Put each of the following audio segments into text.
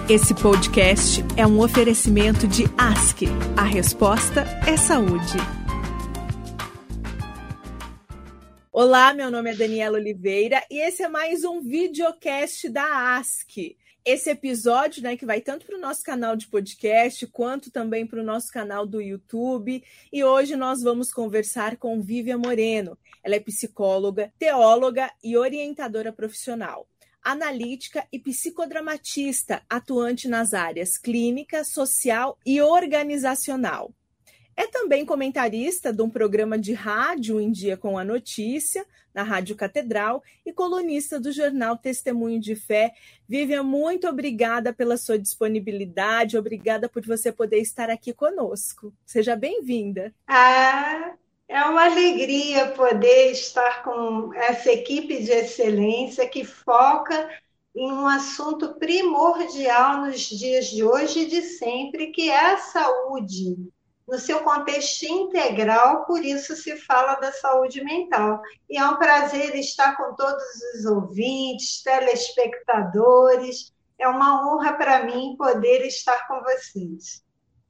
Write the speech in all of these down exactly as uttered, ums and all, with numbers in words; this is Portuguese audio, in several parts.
Esse podcast é um oferecimento de Ask. A resposta é saúde. Olá, meu nome é Daniela Oliveira e esse é mais um videocast da Ask. Esse episódio, né, que vai tanto para o nosso canal de podcast quanto também para o nosso canal do YouTube. E hoje nós vamos conversar com Vivian Moreno. Ela é psicóloga, teóloga e orientadora profissional, analítica e psicodramatista, atuante nas áreas clínica, social e organizacional. É também comentarista de um programa de rádio Em Dia com a Notícia, na Rádio Catedral, e colunista do jornal Testemunho de Fé. Vivian, muito obrigada pela sua disponibilidade, obrigada por você poder estar aqui conosco. Seja bem-vinda. Ah, é uma alegria poder estar com essa equipe de excelência que foca em um assunto primordial nos dias de hoje e de sempre, que é a saúde, no seu contexto integral, por isso se fala da saúde mental. E é um prazer estar com todos os ouvintes, telespectadores. É uma honra para mim poder estar com vocês.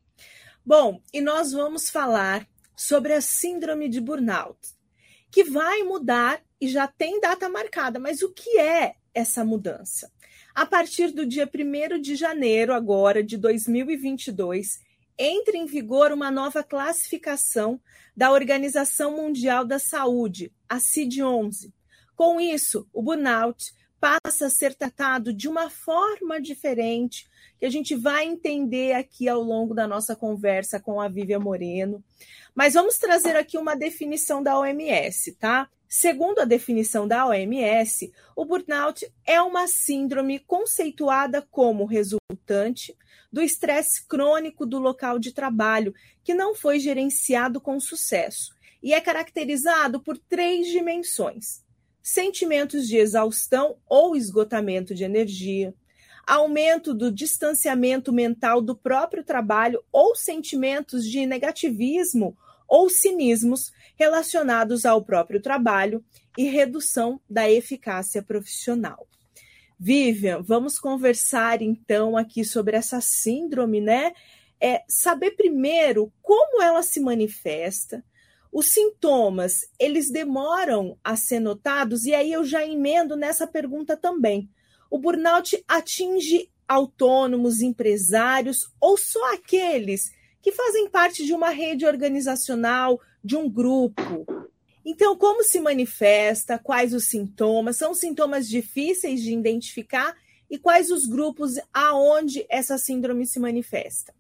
Bom, e nós vamos falar sobre a síndrome de burnout, que vai mudar e já tem data marcada. Mas o que é essa mudança? A partir do dia primeiro de janeiro agora de dois mil e vinte e dois, entra em vigor uma nova classificação da Organização Mundial da Saúde, a C I D onze. Com isso, o burnout passa a ser tratado de uma forma diferente, que a gente vai entender aqui ao longo da nossa conversa com a Vivian Moreno. Mas vamos trazer aqui uma definição da O M S, tá? Segundo a definição da O M S, o burnout é uma síndrome conceituada como resultante do estresse crônico do local de trabalho, que não foi gerenciado com sucesso, e é caracterizado por três dimensões: sentimentos de exaustão ou esgotamento de energia, aumento do distanciamento mental do próprio trabalho ou sentimentos de negativismo ou cinismos relacionados ao próprio trabalho e redução da eficácia profissional. Vivian, vamos conversar então aqui sobre essa síndrome, né? É, saber primeiro como ela se manifesta. Os sintomas, eles demoram a ser notados, e aí eu já emendo nessa pergunta também. O burnout atinge autônomos, empresários ou só aqueles que fazem parte de uma rede organizacional, de um grupo? Então, como se manifesta? Quais os sintomas? São sintomas difíceis de identificar? E quais os grupos aonde essa síndrome se manifesta?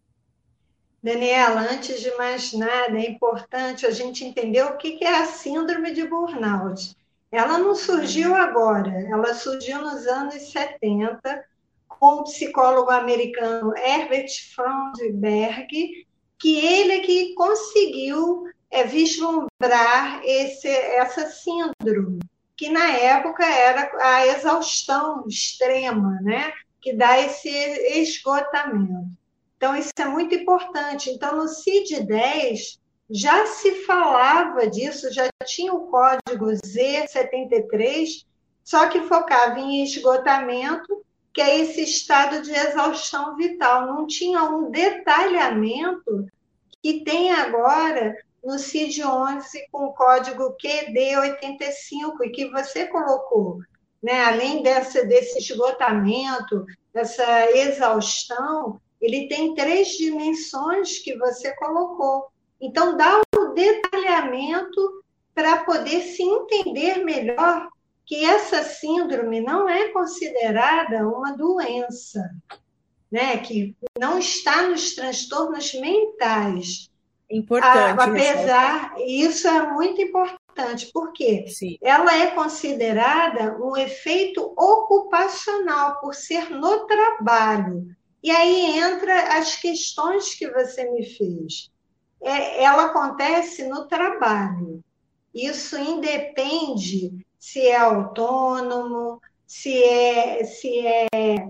Daniela, antes de mais nada, é importante a gente entender o que é a síndrome de burnout. Ela não surgiu agora, ela surgiu nos anos setenta, com o psicólogo americano Herbert Freudenberg, que ele é que conseguiu é, vislumbrar esse, essa síndrome, que na época era a exaustão extrema, né? Que dá esse esgotamento. Então, isso é muito importante. Então, no C I D dez, já se falava disso, já tinha o código Z setenta e três, só que focava em esgotamento, que é esse estado de exaustão vital. Não tinha um detalhamento que tem agora no C I D onze com o código Q D oitenta e cinco, e que você colocou, né? Além dessa, desse esgotamento, dessa exaustão, ele tem três dimensões que você colocou. Então, dá o detalhamento para poder se entender melhor que essa síndrome não é considerada uma doença, né? Que não está nos transtornos mentais. Importante. Apesar, isso é muito importante, porque Sim. ela é considerada um efeito ocupacional, por ser no trabalho. E aí entra as questões que você me fez. É, ela acontece no trabalho. Isso independe se é autônomo, se é, se é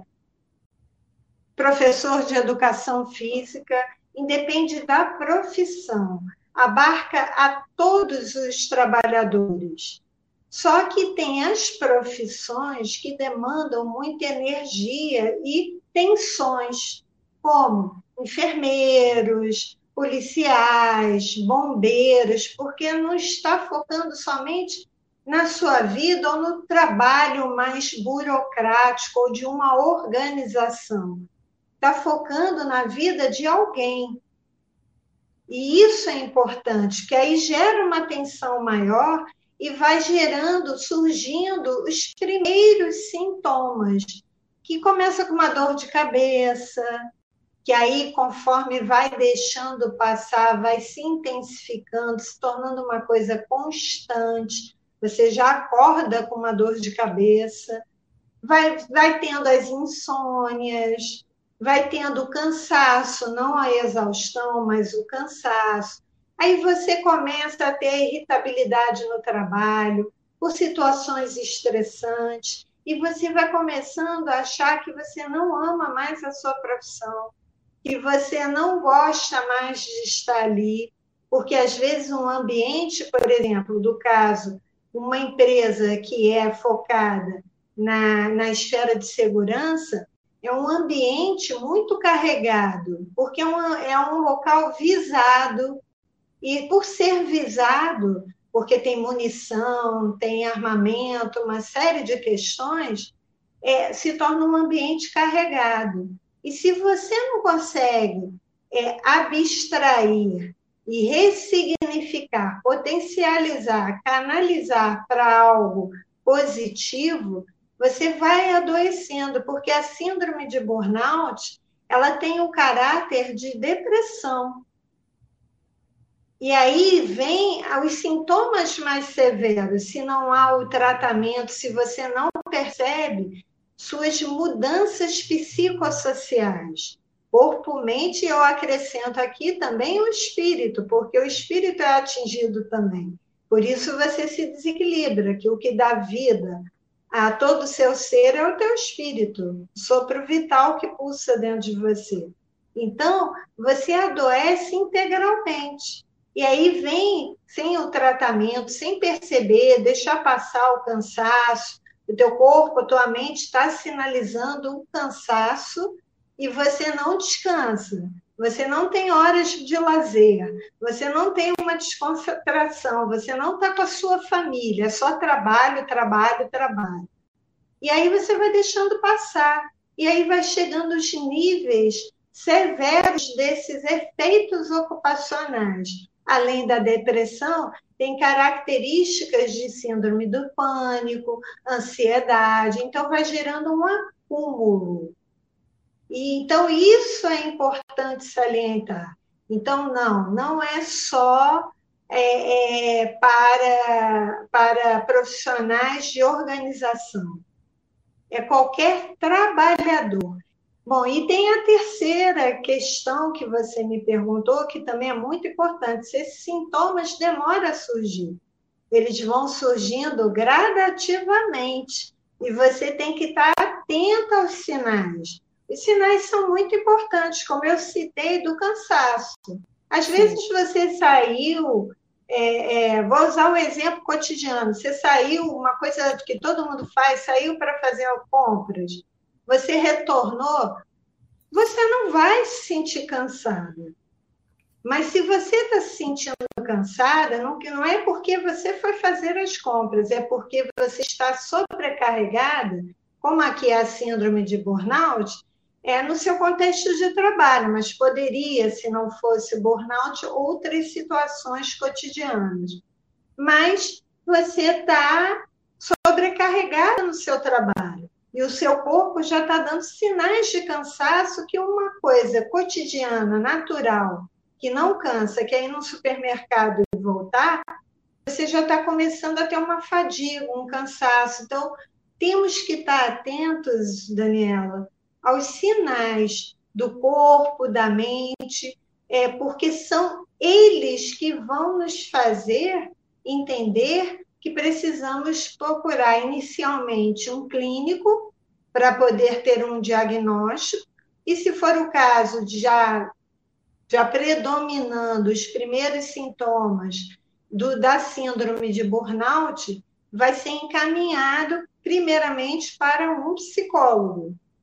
professor de educação física, independe da profissão, abarca a todos os trabalhadores. Só que tem as profissões que demandam muita energia e tensões, como enfermeiros, policiais, bombeiros, porque não está focando somente na sua vida ou no trabalho mais burocrático ou de uma organização. Está focando na vida de alguém. E isso é importante, que aí gera uma tensão maior e vai gerando, surgindo os primeiros sintomas, que começa com uma dor de cabeça, que aí, conforme vai deixando passar, vai se intensificando, se tornando uma coisa constante. Você já acorda com uma dor de cabeça, vai, vai tendo as insônias, vai tendo o cansaço, não a exaustão, mas o cansaço. Aí você começa a ter irritabilidade no trabalho, por situações estressantes, e você vai começando a achar que você não ama mais a sua profissão, que você não gosta mais de estar ali, porque às vezes um ambiente, por exemplo, do caso, uma empresa que é focada na, na esfera de segurança, é um ambiente muito carregado, porque é um, é um local visado, e por ser visado, porque tem munição, tem armamento, uma série de questões, é, se torna um ambiente carregado. E se você não consegue é, abstrair e ressignificar, potencializar, canalizar para algo positivo, você vai adoecendo, porque a síndrome de burnout, ela tem o caráter de depressão. E aí vem os sintomas mais severos, se não há o tratamento, se você não percebe suas mudanças psicossociais. Corpo, mente, eu acrescento aqui também o espírito, porque o espírito é atingido também. Por isso você se desequilibra, que o que dá vida a todo o seu ser é o teu espírito, o sopro vital que pulsa dentro de você. Então, você adoece integralmente. E aí vem, sem o tratamento, sem perceber, deixar passar o cansaço, o teu corpo, a tua mente está sinalizando um cansaço e você não descansa. Você não tem horas de lazer, você não tem uma desconcentração, você não está com a sua família, é só trabalho, trabalho, trabalho. E aí você vai deixando passar, e aí vai chegando os níveis severos desses efeitos ocupacionais. Além da depressão, tem características de síndrome do pânico, ansiedade, então vai gerando um acúmulo. E, então, isso é importante salientar. Então, não, não é só é, é, para, para profissionais de organização. É qualquer trabalhador. Bom, e tem a terceira questão que você me perguntou, que também é muito importante. Se esses sintomas demoram a surgir, eles vão surgindo gradativamente, e você tem que estar atento aos sinais. Os sinais são muito importantes, como eu citei, do cansaço. Às Sim. vezes você saiu, é, é, vou usar um exemplo cotidiano, você saiu, uma coisa que todo mundo faz, saiu para fazer compras, você retornou, você não vai se sentir cansada. Mas se você está se sentindo cansada, não, não é porque você foi fazer as compras, é porque você está sobrecarregada, como aqui é a síndrome de burnout, é no seu contexto de trabalho, mas poderia, se não fosse burnout, outras situações cotidianas. Mas você está sobrecarregada no seu trabalho. E o seu corpo já está dando sinais de cansaço, que uma coisa cotidiana, natural, que não cansa, que é ir no supermercado e voltar, você já está começando a ter uma fadiga, um cansaço. Então, temos que estar atentos, Daniela, aos sinais do corpo, da mente, é, porque são eles que vão nos fazer entender que precisamos procurar inicialmente um clínico para poder ter um diagnóstico, e se for o caso de já, já predominando os primeiros sintomas do, da síndrome de burnout, vai ser encaminhado primeiramente para um psicólogo.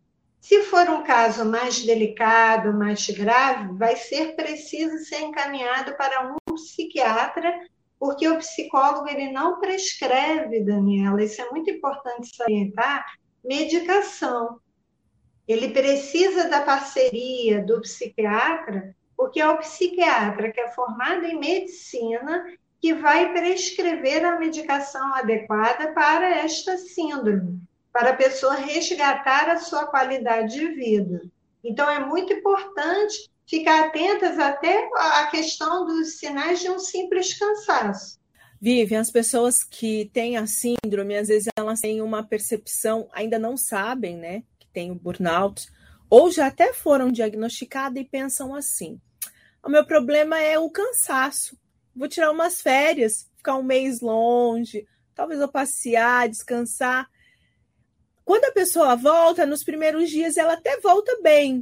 Se for um caso mais delicado, mais grave, vai ser preciso ser encaminhado para um psiquiatra, porque o psicólogo ele não prescreve, Daniela, isso é muito importante salientar, medicação. Ele precisa da parceria do psiquiatra, porque é o psiquiatra que é formado em medicina que vai prescrever a medicação adequada para esta síndrome, para a pessoa resgatar a sua qualidade de vida. Então, é muito importante ficar atentas até à questão dos sinais de um simples cansaço. Vivian, as pessoas que têm a síndrome, às vezes elas têm uma percepção, ainda não sabem, né, que tem o burnout, ou já até foram diagnosticadas e pensam assim: o meu problema é o cansaço, vou tirar umas férias, ficar um mês longe, talvez eu passear, descansar. Quando a pessoa volta, nos primeiros dias ela até volta bem,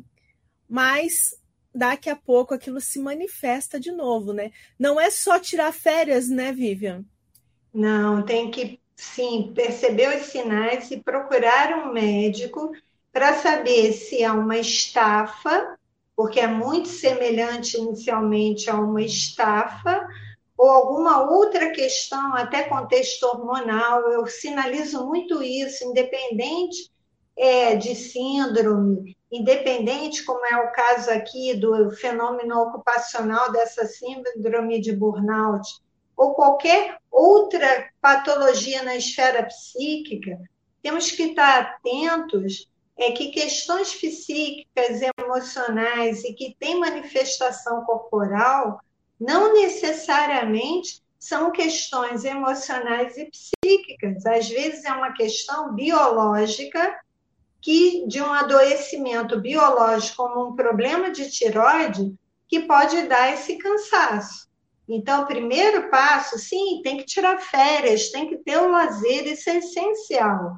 mas daqui a pouco aquilo se manifesta de novo, né? Não é só tirar férias, né, Vivian? Não, tem que, sim, perceber os sinais e procurar um médico para saber se há uma estafa, porque é muito semelhante inicialmente a uma estafa, ou alguma outra questão, até contexto hormonal. Eu sinalizo muito isso, independente é, de síndrome, independente, como é o caso aqui do fenômeno ocupacional dessa síndrome de burnout, ou qualquer outra patologia na esfera psíquica, temos que estar atentos é que questões psíquicas, emocionais e que têm manifestação corporal não necessariamente são questões emocionais e psíquicas. Às vezes é uma questão biológica, que de um adoecimento biológico, como um problema de tireoide, que pode dar esse cansaço. Então, o primeiro passo, sim, tem que tirar férias, tem que ter o lazer, isso é essencial.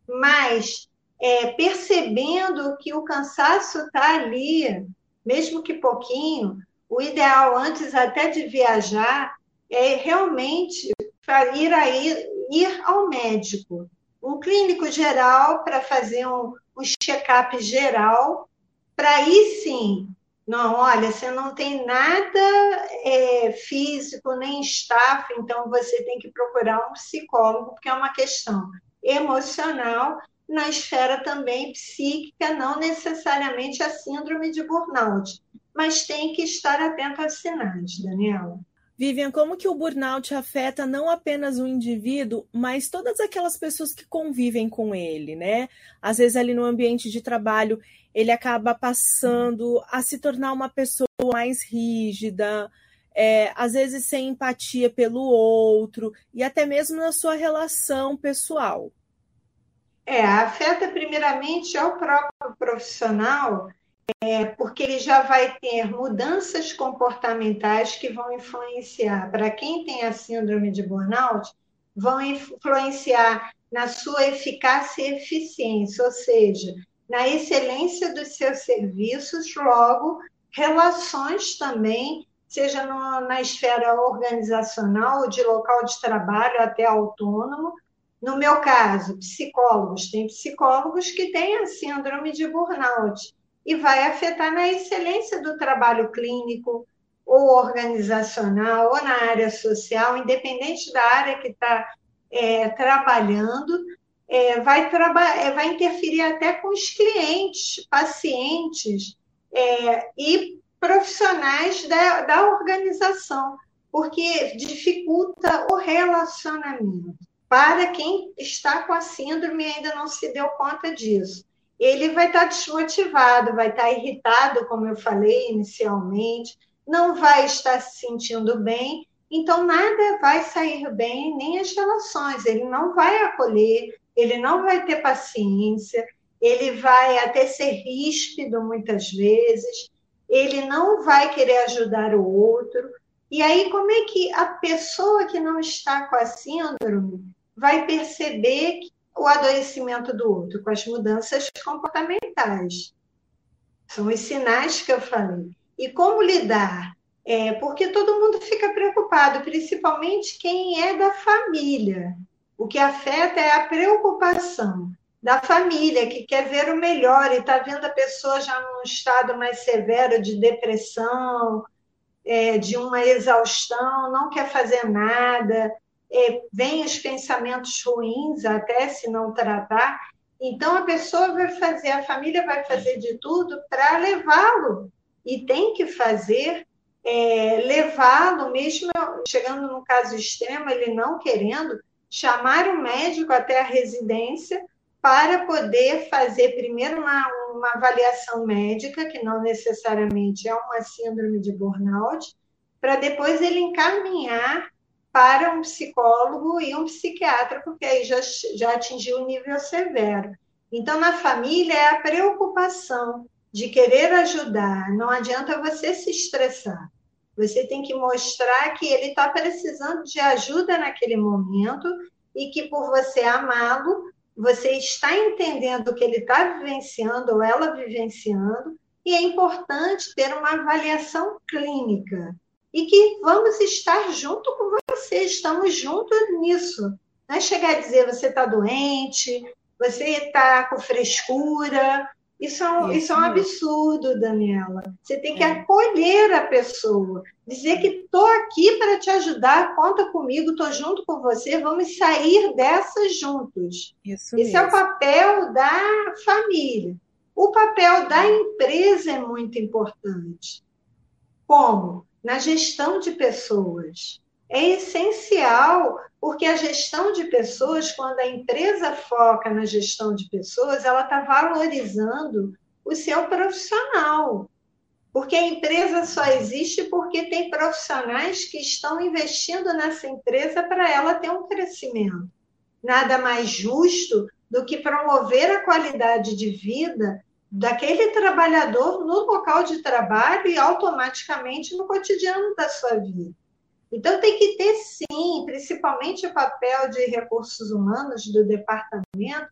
Mas, é, percebendo que o cansaço está ali, mesmo que pouquinho, o ideal, antes até de viajar, é realmente ir, aí, ir ao médico. Um clínico geral para fazer um, um check-up geral, para aí sim, não, olha, você não tem nada é, físico, nem estafa, então você tem que procurar um psicólogo, porque é uma questão emocional, na esfera também psíquica, não necessariamente a síndrome de burnout, mas tem que estar atento aos sinais, Daniela. Vivian, como que o burnout afeta não apenas o indivíduo, mas todas aquelas pessoas que convivem com ele, né? Às vezes ali no ambiente de trabalho, ele acaba passando a se tornar uma pessoa mais rígida, é, às vezes sem empatia pelo outro, e até mesmo na sua relação pessoal. É, afeta primeiramente ao próprio profissional, é, porque ele já vai ter mudanças comportamentais que vão influenciar. Para quem tem a síndrome de burnout, vão influenciar na sua eficácia e eficiência, ou seja, na excelência dos seus serviços, logo, relações também, seja no, na esfera organizacional, de local de trabalho até autônomo. No meu caso, psicólogos, tem psicólogos que têm a síndrome de burnout e vai afetar na excelência do trabalho clínico ou organizacional ou na área social, independente da área que está é, trabalhando, é, vai, traba é, vai interferir até com os clientes, pacientes é, e profissionais da, da organização, porque dificulta o relacionamento. Para quem está com a síndrome e ainda não se deu conta disso, ele vai estar desmotivado, vai estar irritado, como eu falei inicialmente, não vai estar se sentindo bem, então nada vai sair bem, nem as relações, ele não vai acolher, ele não vai ter paciência, ele vai até ser ríspido muitas vezes, ele não vai querer ajudar o outro. E aí, como é que a pessoa que não está com a síndrome vai perceber o adoecimento do outro? Com as mudanças comportamentais. São os sinais que eu falei. E como lidar? É, porque todo mundo fica preocupado, principalmente quem é da família. O que afeta é a preocupação. da família, que quer ver o melhor e está vendo a pessoa já num estado mais severo de depressão, é, de uma exaustão, não quer fazer nada, é, vem os pensamentos ruins até se não tratar. Então a pessoa vai fazer, a família vai fazer de tudo para levá-lo, e tem que fazer, é, levá-lo, mesmo chegando num caso extremo, ele não querendo, chamar o médico até a residência para poder fazer primeiro uma, uma avaliação médica, que não necessariamente é uma síndrome de burnout, para depois ele encaminhar para um psicólogo e um psiquiatra, porque aí já, já atingiu o nível severo. Então, na família, é a preocupação de querer ajudar. Não adianta você se estressar. Você tem que mostrar que ele está precisando de ajuda naquele momento e que, por você amá-lo, você está entendendo o que ele está vivenciando ou ela vivenciando, e é importante ter uma avaliação clínica. E que vamos estar junto com você, estamos juntos nisso. Não é chegar a dizer você está doente, você está com frescura. Isso é, um, isso isso é um absurdo, Daniela. Você tem que é. acolher a pessoa, dizer que estou aqui para te ajudar, conta comigo, estou junto com você, vamos sair dessa juntos. Isso Esse mesmo. é o papel da família. O papel da empresa é muito importante. Como? Na gestão de pessoas. É essencial, porque a gestão de pessoas, quando a empresa foca na gestão de pessoas, ela está valorizando o seu profissional. Porque a empresa só existe porque tem profissionais que estão investindo nessa empresa para ela ter um crescimento. Nada mais justo do que promover a qualidade de vida daquele trabalhador no local de trabalho e automaticamente no cotidiano da sua vida. Então, tem que ter, sim, principalmente o papel de recursos humanos do departamento,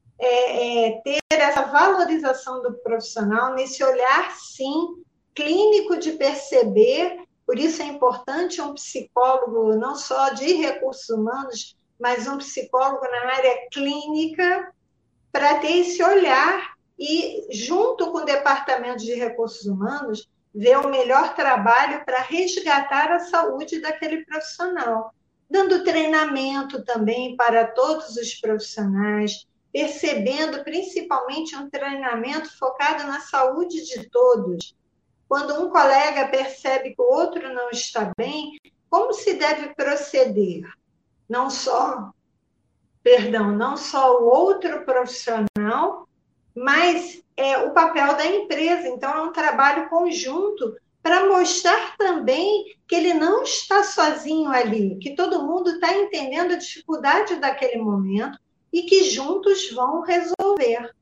é, é, ter essa valorização do profissional, nesse olhar, sim, clínico de perceber. Por isso é importante um psicólogo, não só de recursos humanos, mas um psicólogo na área clínica, para ter esse olhar e, junto com o departamento de recursos humanos, ver o melhor trabalho para resgatar a saúde daquele profissional, dando treinamento também para todos os profissionais, percebendo principalmente um treinamento focado na saúde de todos. Quando um colega percebe que o outro não está bem, como se deve proceder? Não só, perdão, não só o outro profissional, mas é o papel da empresa. Então, é um trabalho conjunto para mostrar também que ele não está sozinho ali, que todo mundo está entendendo a dificuldade daquele momento e que juntos vão resolver.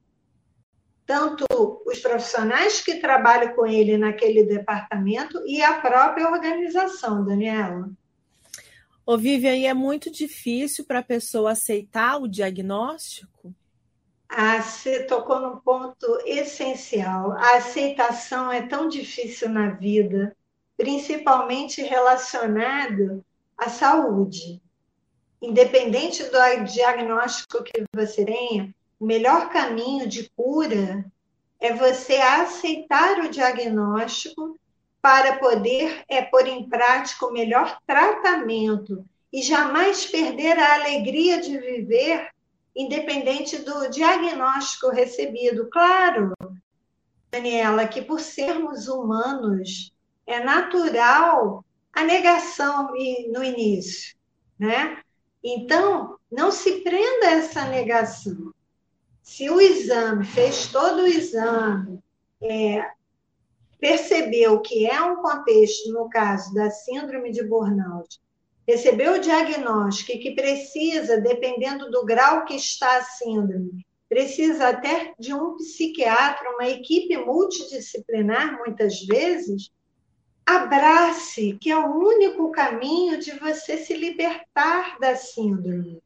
Tanto os profissionais que trabalham com ele naquele departamento e a própria organização, Daniela. Ô, Vivian, e é muito difícil para a pessoa aceitar o diagnóstico? Ah, você tocou num ponto essencial. A aceitação é tão difícil na vida, principalmente relacionado à saúde. Independente do diagnóstico que você tenha, o melhor caminho de cura é você aceitar o diagnóstico para poder é, pôr em prática o melhor tratamento e jamais perder a alegria de viver, independente do diagnóstico recebido. Claro, Daniela, que por sermos humanos, é natural a negação no início, né? Então, não se prenda a essa negação. Se o exame, fez todo o exame, é, percebeu que é um contexto, no caso da síndrome de burnout, recebeu o diagnóstico e que precisa, dependendo do grau que está a síndrome, precisa até de um psiquiatra, uma equipe multidisciplinar, muitas vezes, abrace, que é o único caminho de você se libertar da síndrome.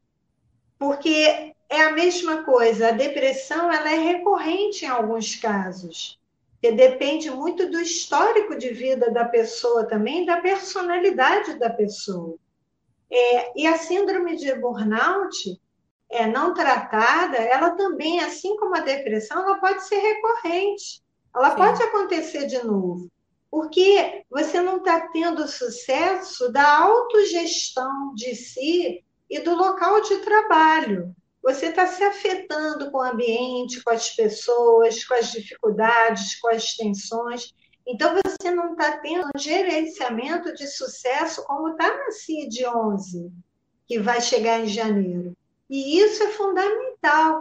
Porque é a mesma coisa, a depressão ela é recorrente em alguns casos, que depende muito do histórico de vida da pessoa também, da personalidade da pessoa. É, e a síndrome de burnout, é, não tratada, ela também, assim como a depressão, ela pode ser recorrente. Ela pode Sim. acontecer de novo. Porque você não está tendo sucesso da autogestão de si e do local de trabalho. Você está se afetando com o ambiente, com as pessoas, com as dificuldades, com as tensões. Então, você não está tendo um gerenciamento de sucesso como está na C I D onze, que vai chegar em janeiro. E isso é fundamental.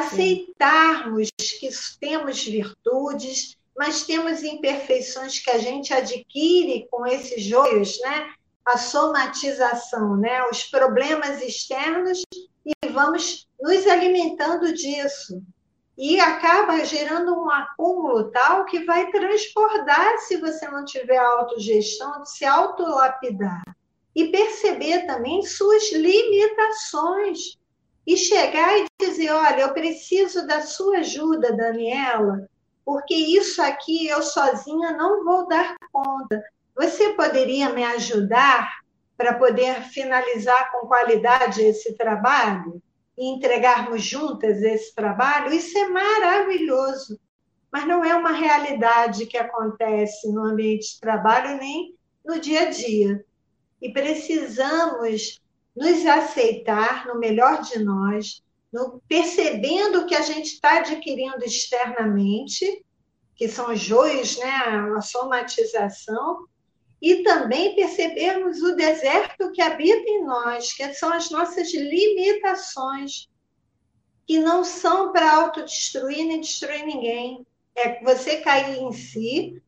Aceitarmos que temos virtudes, mas temos imperfeições que a gente adquire com esses joios, né? A somatização, né? Os problemas externos, e vamos nos alimentando disso. E acaba gerando um acúmulo tal que vai transbordar se você não tiver autogestão, de se autolapidar. E perceber também suas limitações. E chegar e dizer, olha, eu preciso da sua ajuda, Daniela, porque isso aqui eu sozinha não vou dar conta. Você poderia me ajudar para poder finalizar com qualidade esse trabalho e entregarmos juntas esse trabalho? Isso é maravilhoso, mas não é uma realidade que acontece no ambiente de trabalho nem no dia a dia. E precisamos nos aceitar no melhor de nós, no, percebendo o que a gente está adquirindo externamente, que são os joios, né, a somatização, e também percebermos o deserto que habita em nós, que são as nossas limitações, que não são para autodestruir nem destruir ninguém. É você cair em si,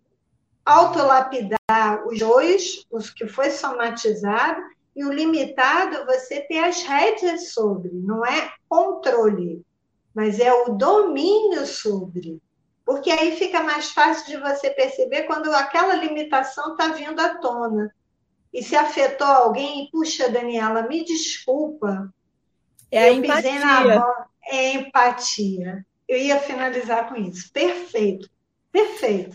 autolapidar os joios, os que foi somatizado, e o limitado você ter as rédeas sobre, não é controle, mas é o domínio sobre. Porque aí fica mais fácil de você perceber quando aquela limitação está vindo à tona. E se afetou alguém, puxa, Daniela, me desculpa, É a eu pisei na empatia. bola. É empatia. Eu ia finalizar com isso. Perfeito, perfeito.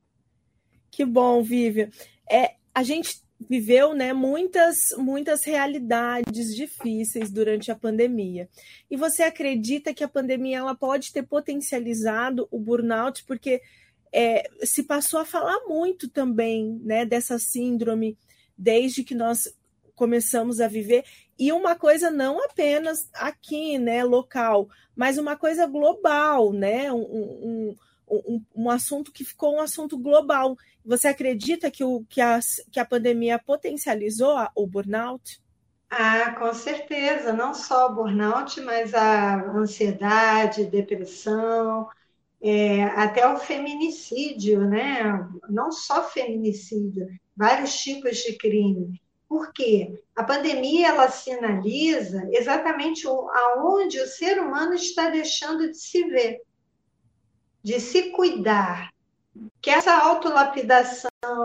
Que bom, Vivian. É, a gente viveu, né, muitas, muitas realidades difíceis durante a pandemia. E você acredita que a pandemia ela pode ter potencializado o burnout? Porque é, se passou a falar muito também, né, dessa síndrome desde que nós começamos a viver. E uma coisa não apenas aqui, né, local, mas uma coisa global, né, um, um, um, um assunto que ficou um assunto global. Você acredita que, o, que, a, que a pandemia potencializou a, o burnout? Ah, com certeza, não só o burnout, mas a ansiedade, depressão, é, até o feminicídio, né? Não só feminicídio, vários tipos de crime. Por quê? A pandemia ela sinaliza exatamente aonde o ser humano está deixando de se ver, de se cuidar, que essa autolapidação,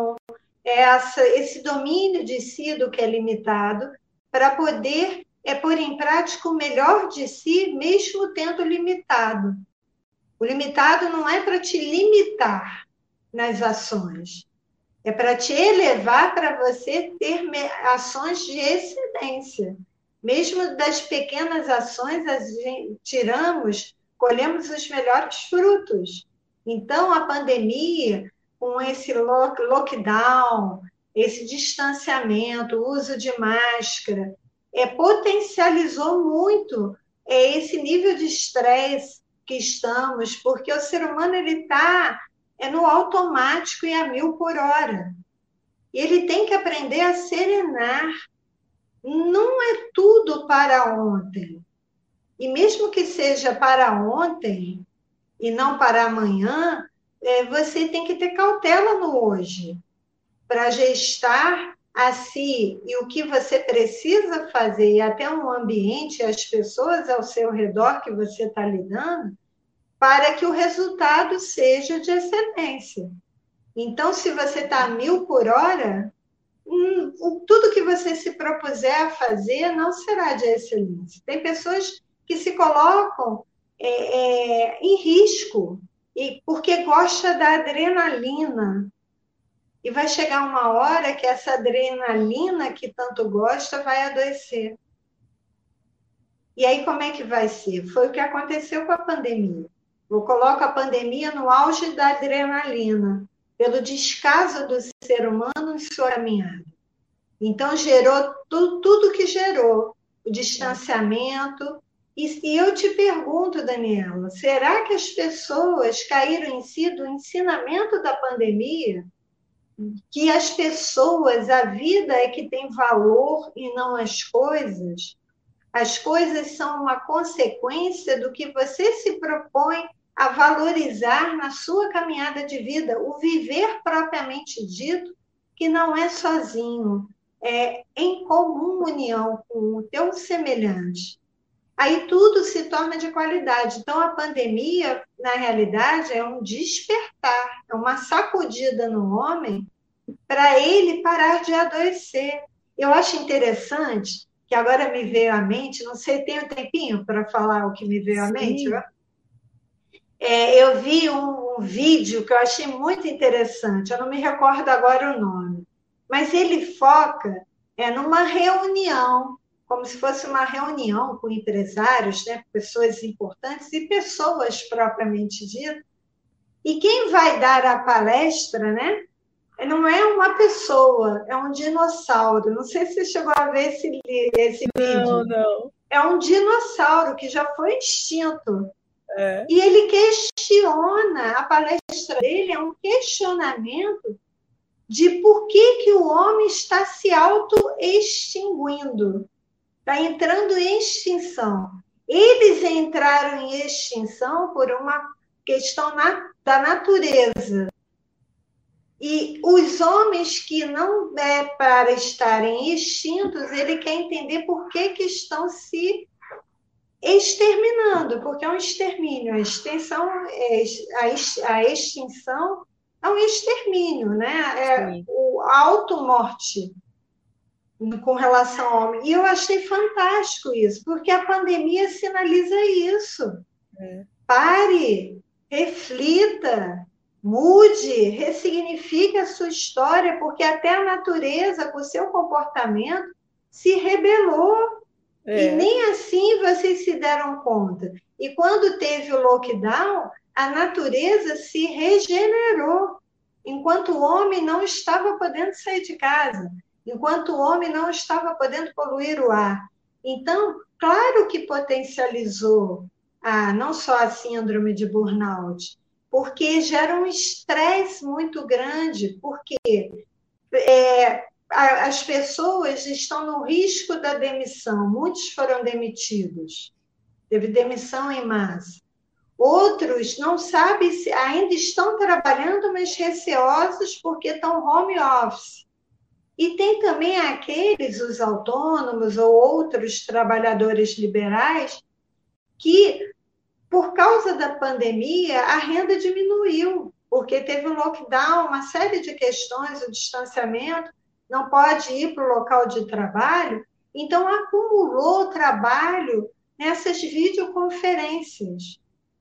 essa, esse domínio de si do que é limitado, para poder é, pôr em prática o melhor de si, mesmo tendo limitado. O limitado não é para te limitar nas ações, é para te elevar para você ter ações de excelência. Mesmo das pequenas ações, a gente, tiramos, colhemos os melhores frutos. Então, a pandemia, com esse lockdown, esse distanciamento, o uso de máscara, é, potencializou muito é, esse nível de estresse que estamos, porque o ser humano ele está é, no automático e a mil por hora. E ele tem que aprender a serenar. Não é tudo para ontem. E mesmo que seja para ontem e não para amanhã, é, você tem que ter cautela no hoje para gestar a si e o que você precisa fazer, e até um ambiente, as pessoas ao seu redor que você está lidando, para que o resultado seja de excelência. Então, se você está a mil por hora, hum, tudo que você se propuser a fazer não será de excelência. Tem pessoas que se colocam é, é, em risco, e porque gosta da adrenalina. E vai chegar uma hora que essa adrenalina que tanto gosta vai adoecer. E aí como é que vai ser? Foi o que aconteceu com a pandemia. Eu coloco a pandemia no auge da adrenalina, pelo descaso do ser humano em sua caminhada. Então, gerou tudo, tudo que gerou, o distanciamento. E, e eu te pergunto, Daniela, será que as pessoas caíram em si do ensinamento da pandemia? Que as pessoas, a vida é que tem valor e não as coisas? As coisas são uma consequência do que você se propõe a valorizar na sua caminhada de vida, o viver propriamente dito, que não é sozinho, é em comum união com o teu semelhante. Aí tudo se torna de qualidade. Então, a pandemia, na realidade, é um despertar, é uma sacudida no homem para ele parar de adoecer. Eu acho interessante, que agora me veio à mente, não sei, tem um tempinho para falar o que me veio à mente? É, eu vi um, um vídeo que eu achei muito interessante, eu não me recordo agora o nome, mas ele foca é, numa reunião, como se fosse uma reunião com empresários, né, pessoas importantes e pessoas propriamente ditas, e quem vai dar a palestra, né, não é uma pessoa, é um dinossauro. Não sei se você chegou a ver esse, esse não, vídeo. Não. É um dinossauro que já foi extinto. É. E ele questiona, a palestra dele é um questionamento de por que, que o homem está se auto-extinguindo. Está entrando em extinção. Eles entraram em extinção por uma questão na, da natureza. E os homens que não é para estarem extintos, ele quer entender por que, que estão se exterminando, porque é um extermínio. A extinção, a extinção é um extermínio, né? É o auto-morte com relação ao homem. E eu achei fantástico isso, porque a pandemia sinaliza isso. É. Pare, reflita, mude, ressignifique a sua história, porque até a natureza, com o seu comportamento, se rebelou. É. E nem assim vocês se deram conta. E quando teve o lockdown, a natureza se regenerou, enquanto o homem não estava podendo sair de casa, enquanto o homem não estava podendo poluir o ar. Então, claro que potencializou a, não só a síndrome de burnout, porque gera um estresse muito grande, porque é, as pessoas estão no risco da demissão, muitos foram demitidos, teve demissão em massa. Outros não sabem se ainda estão trabalhando, mas receosos porque estão home office. E tem também aqueles, os autônomos ou outros trabalhadores liberais, que, por causa da pandemia, a renda diminuiu, porque teve um lockdown, uma série de questões, o distanciamento, não pode ir para o local de trabalho, então acumulou trabalho nessas videoconferências.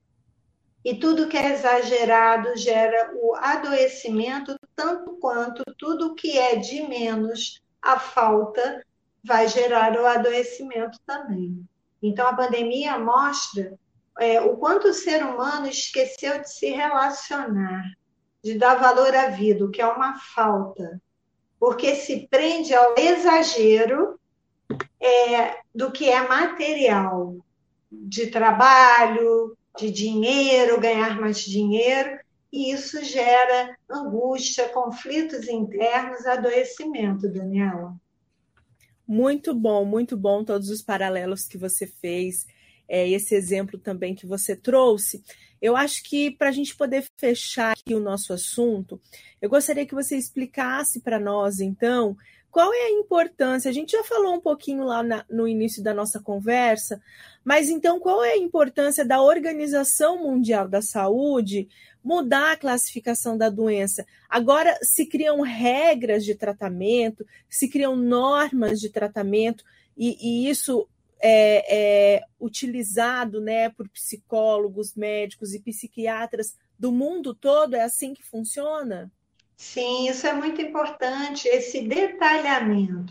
E tudo que é exagerado gera o adoecimento, tanto quanto tudo que é de menos, a falta, vai gerar o adoecimento também. Então, a pandemia mostra é, o quanto o ser humano esqueceu de se relacionar, de dar valor à vida, o que é uma falta, porque se prende ao exagero é, do que é material, de trabalho, de dinheiro, ganhar mais dinheiro, e isso gera angústia, conflitos internos, adoecimento, Daniela. Muito bom, muito bom todos os paralelos que você fez, é, esse exemplo também que você trouxe. Eu acho que para a gente poder fechar aqui o nosso assunto, eu gostaria que você explicasse para nós, então, qual é a importância? A gente já falou um pouquinho lá na, no início da nossa conversa, mas então qual é a importância da Organização Mundial da Saúde mudar a classificação da doença? Agora se criam regras de tratamento, se criam normas de tratamento, e, e isso é, é utilizado, né, por psicólogos, médicos e psiquiatras do mundo todo? É assim que funciona? Sim, isso é muito importante, esse detalhamento.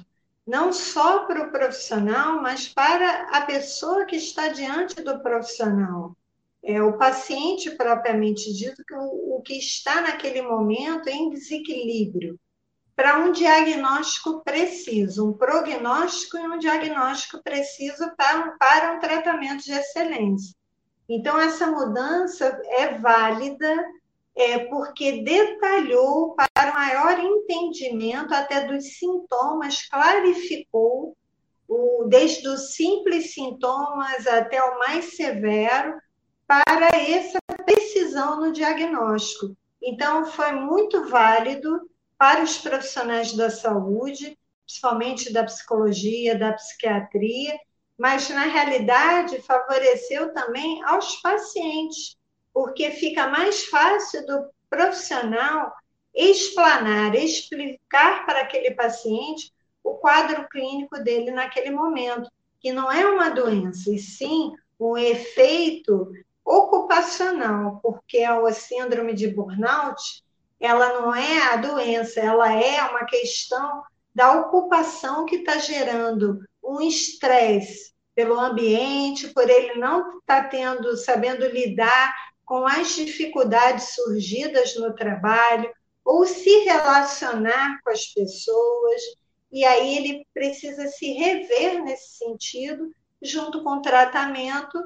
não só para o profissional, mas para a pessoa que está diante do profissional. É, o paciente, propriamente dito, que o, o que está naquele momento em desequilíbrio, para um diagnóstico preciso, um prognóstico e um diagnóstico preciso para, para um tratamento de excelência. Então, essa mudança é válida, é, porque detalhou para o maior entendimento até dos sintomas, clarificou, o, desde os simples sintomas até o mais severo, para essa precisão no diagnóstico. Então, foi muito válido para os profissionais da saúde, principalmente da psicologia, da psiquiatria, mas, na realidade, favoreceu também aos pacientes, porque fica mais fácil do profissional explanar, explicar para aquele paciente o quadro clínico dele naquele momento, que não é uma doença, e sim um efeito ocupacional, porque a síndrome de burnout, ela não é a doença, ela é uma questão da ocupação que está gerando um estresse pelo ambiente, por ele não estar tendo, sabendo lidar com as dificuldades surgidas no trabalho, ou se relacionar com as pessoas, e aí ele precisa se rever nesse sentido, junto com o tratamento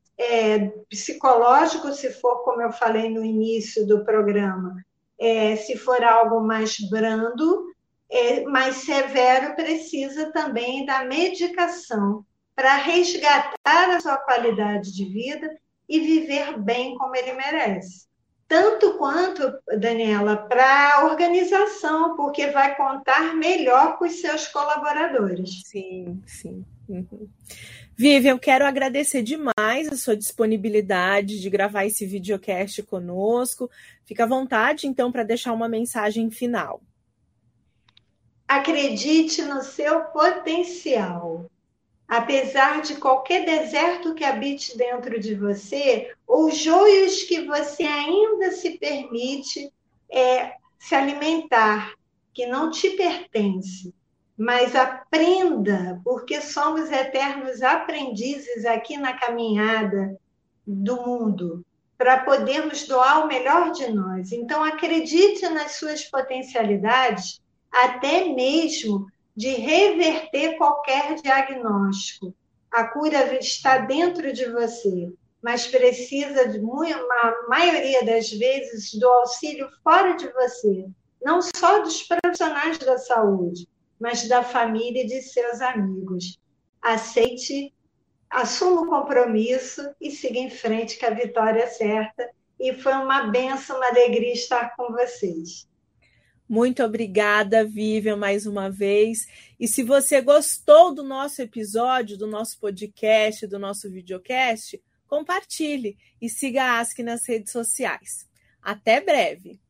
é, psicológico, se for, como eu falei no início do programa, é, se for algo mais brando, é, mais severo, precisa também da medicação para resgatar a sua qualidade de vida e viver bem como ele merece. Tanto quanto, Daniela, para a organização, porque vai contar melhor com os seus colaboradores. Sim, sim. Uhum. Vivian, eu quero agradecer demais a sua disponibilidade de gravar esse videocast conosco. Fica à vontade, então, para deixar uma mensagem final. Acredite no seu potencial. Apesar de qualquer deserto que habite dentro de você, ou joios que você ainda se permite é, se alimentar, que não te pertence. Mas aprenda, porque somos eternos aprendizes aqui na caminhada do mundo, para podermos doar o melhor de nós. Então, acredite nas suas potencialidades, até mesmo de reverter qualquer diagnóstico. A cura está dentro de você, mas precisa, de uma maioria das vezes, do auxílio fora de você, não só dos profissionais da saúde, mas da família e de seus amigos. Aceite, assuma o compromisso e siga em frente, que a vitória é certa. E foi uma bênção, uma alegria estar com vocês. Muito obrigada, Vivian, mais uma vez. E se você gostou do nosso episódio, do nosso podcast, do nosso videocast, compartilhe e siga a Ask nas redes sociais. Até breve!